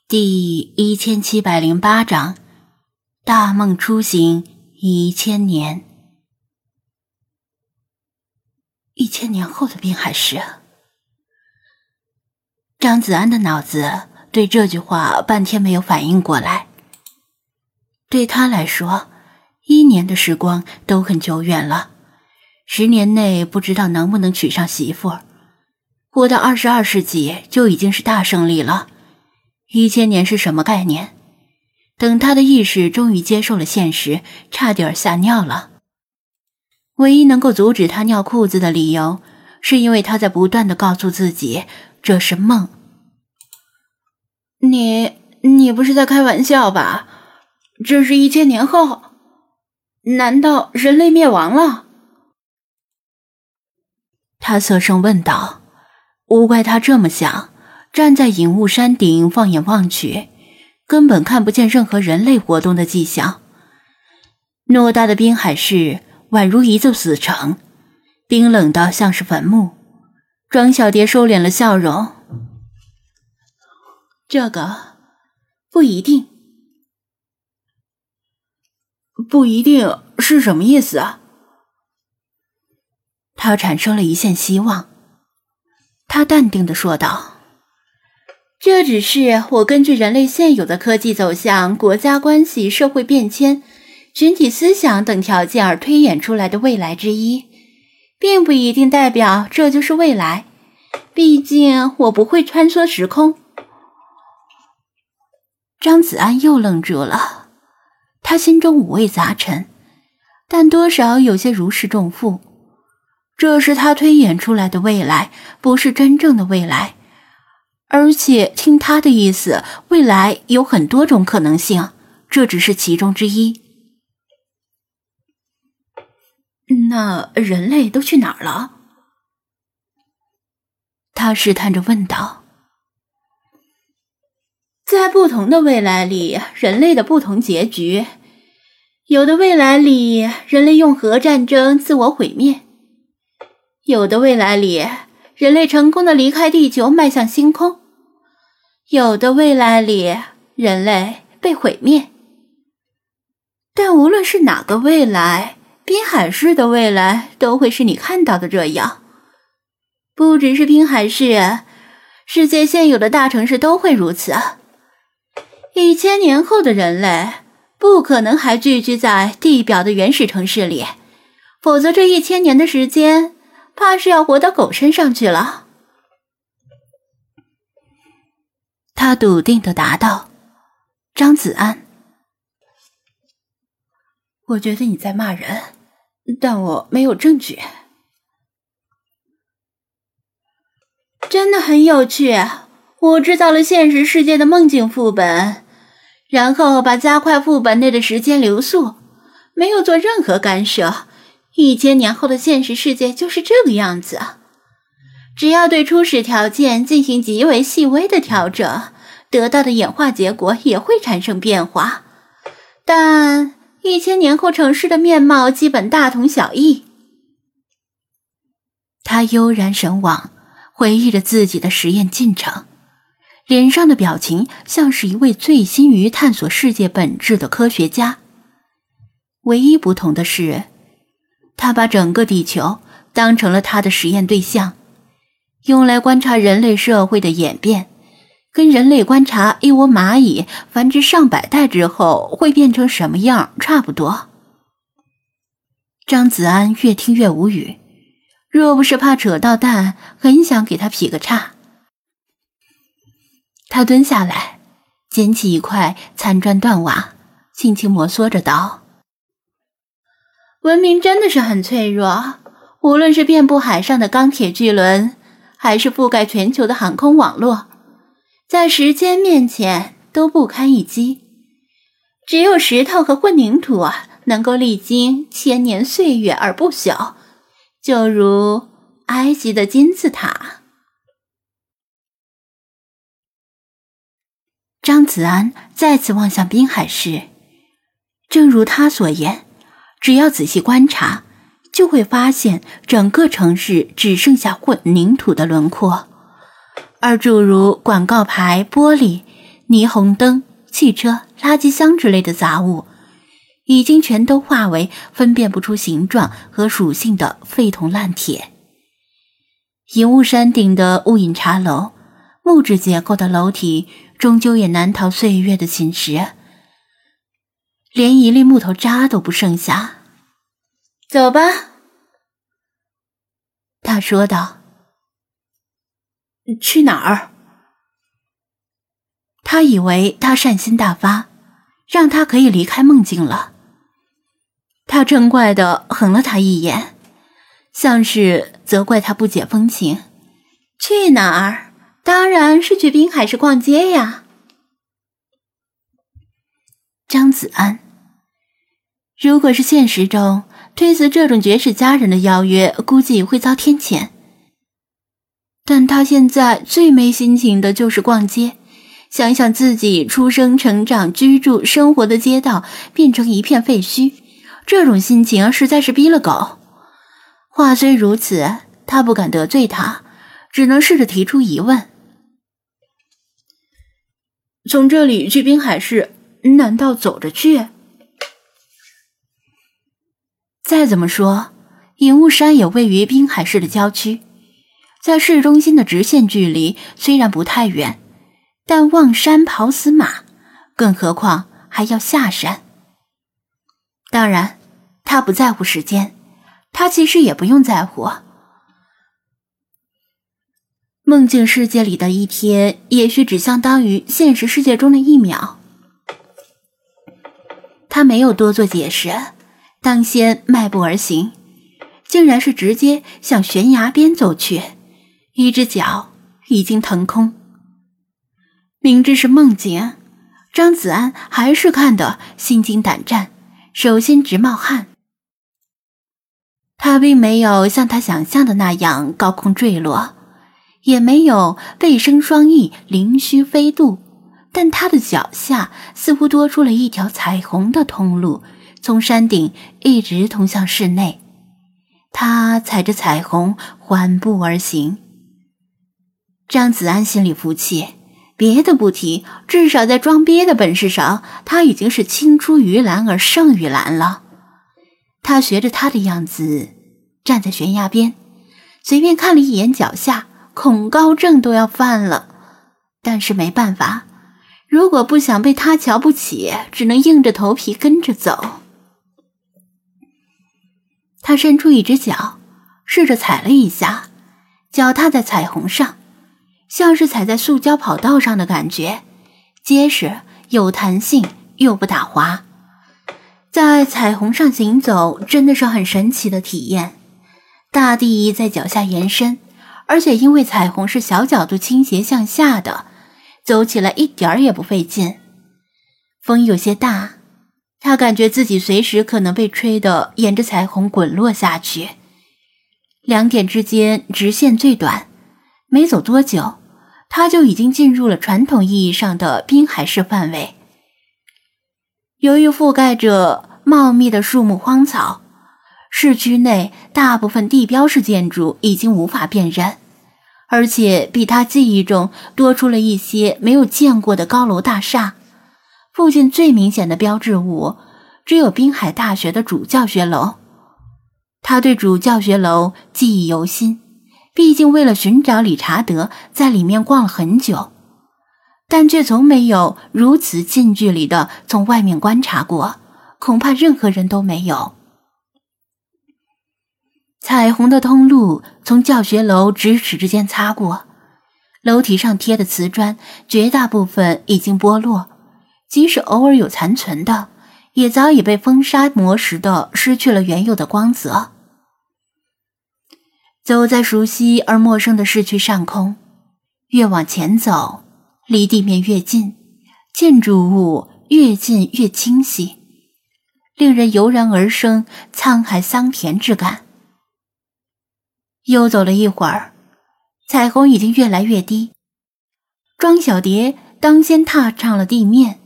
第1708章大梦初醒1000年。1000年后的滨海市。张子安的脑子对这句话半天没有反应过来。对他来说，1年的时光都很久远了，10年内不知道能不能娶上媳妇儿，活到22世纪就已经是大胜利了。1000年是什么概念？等他的意识终于接受了现实，差点吓尿了。唯一能够阻止他尿裤子的理由，是因为他在不断地告诉自己这是梦。你不是在开玩笑吧？这是1000年后？难道人类灭亡了？他侧声问道。无怪他这么想，站在隐雾山顶放眼望去，根本看不见任何人类活动的迹象。偌大的滨海市宛如一座死城，冰冷到像是坟墓。庄小蝶收敛了笑容。这个不一定。不一定是什么意思啊？他产生了一线希望。他淡定地说道，这只是我根据人类现有的科技走向、国家关系、社会变迁、群体思想等条件而推演出来的未来之一，并不一定代表这就是未来，毕竟我不会穿梭时空。张子安又愣住了，他心中五味杂陈，但多少有些如释重负。这是他推演出来的未来，不是真正的未来。而且听他的意思，未来有很多种可能性，这只是其中之一。那人类都去哪儿了？他试探着问道。在不同的未来里，人类的不同结局。有的未来里，人类用核战争自我毁灭。有的未来里，人类成功的离开地球迈向星空。有的未来里，人类被毁灭。但无论是哪个未来，滨海市的未来都会是你看到的这样。不只是滨海市，世界现有的大城市都会如此。1000年后的人类不可能还聚居在地表的原始城市里，否则这1000年的时间怕是要活到狗身上去了。他笃定地答道。张子安，我觉得你在骂人，但我没有证据。真的很有趣，我制造了现实世界的梦境副本，然后把加快副本内的时间流速，没有做任何干涉。1000年后的现实世界就是这个样子，只要对初始条件进行极为细微的调整，得到的演化结果也会产生变化。但1000年后城市的面貌基本大同小异。他悠然神往，回忆着自己的实验进程，脸上的表情像是一位醉心于探索世界本质的科学家。唯一不同的是，他把整个地球当成了他的实验对象，用来观察人类社会的演变，跟人类观察一窝蚂蚁繁殖上百代之后会变成什么样差不多。张子安越听越无语，若不是怕扯到蛋，很想给他劈个叉。他蹲下来，捡起一块残砖断瓦，轻轻摩挲着道，文明真的是很脆弱，无论是遍布海上的钢铁巨轮，还是覆盖全球的航空网络，在时间面前都不堪一击。只有石头和混凝土能够历经1000年岁月而不朽，就如埃及的金字塔。张子安再次望向滨海市，正如他所言，只要仔细观察，就会发现整个城市只剩下混凝土的轮廓，而诸如广告牌、玻璃霓虹灯、汽车、垃圾箱之类的杂物，已经全都化为分辨不出形状和属性的废铜烂铁。银雾山顶的雾隐茶楼，木质结构的楼梯终究也难逃岁月的侵蚀，连一粒木头渣都不剩下。走吧，他说道。去哪儿？他以为他善心大发，让他可以离开梦境了。他嗔怪地横了他一眼，像是责怪他不解风情。去哪儿？当然是去滨海市逛街呀。张子安，如果是现实中，推辞这种绝世佳人的邀约，估计会遭天谴。但他现在最没心情的就是逛街，想想自己出生、成长、居住、生活的街道变成一片废墟，这种心情实在是逼了狗。话虽如此，他不敢得罪他，只能试着提出疑问。从这里去滨海市，难道走着去？再怎么说，银雾山也位于滨海市的郊区，在市中心的直线距离虽然不太远，但望山跑死马，更何况还要下山。当然，他不在乎时间，他其实也不用在乎。梦境世界里的一天，也许只相当于现实世界中的1秒。他没有多做解释，当先迈步而行，竟然是直接向悬崖边走去，一只脚已经腾空。明知是梦境，张子安还是看得心惊胆战，手心直冒汗。他并没有像他想象的那样高空坠落，也没有背生双翼凌虚飞渡，但他的脚下似乎多出了一条彩虹的通路，从山顶一直通向室内。他踩着彩虹缓步而行。张子安心里服气，别的不提，至少在装逼的本事上，他已经是青出于蓝而胜于蓝了。他学着他的样子站在悬崖边，随便看了一眼脚下，恐高症都要犯了。但是没办法，如果不想被他瞧不起，只能硬着头皮跟着走。他伸出一只脚，试着踩了一下，脚踏在彩虹上，像是踩在塑胶跑道上的感觉，结实有弹性又不打滑。在彩虹上行走真的是很神奇的体验，大地在脚下延伸，而且因为彩虹是小角度倾斜向下的，走起来一点儿也不费劲。风有些大，他感觉自己随时可能被吹得沿着彩虹滚落下去。两点之间直线最短，没走多久，他就已经进入了传统意义上的滨海市范围。由于覆盖着茂密的树木荒草，市区内大部分地标式建筑已经无法辨认，而且比他记忆中多出了一些没有见过的高楼大厦。附近最明显的标志物只有滨海大学的主教学楼。他对主教学楼记忆犹新，毕竟为了寻找理查德在里面逛了很久，但却从没有如此近距离的从外面观察过，恐怕任何人都没有。彩虹的通路从教学楼咫尺之间擦过，楼体上贴的瓷砖绝大部分已经剥落，即使偶尔有残存的，也早已被风沙磨蚀的失去了原有的光泽。走在熟悉而陌生的市区上空，越往前走，离地面越近，建筑物越近越清晰，令人油然而生沧海桑田之感。又走了一会儿，彩虹已经越来越低，庄小蝶当先踏上了地面。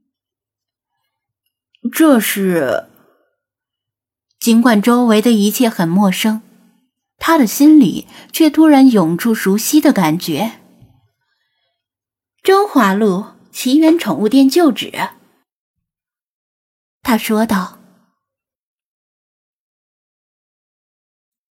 这是……尽管周围的一切很陌生，他的心里却突然涌出熟悉的感觉。中华路， 奇缘宠物店旧址。他说道。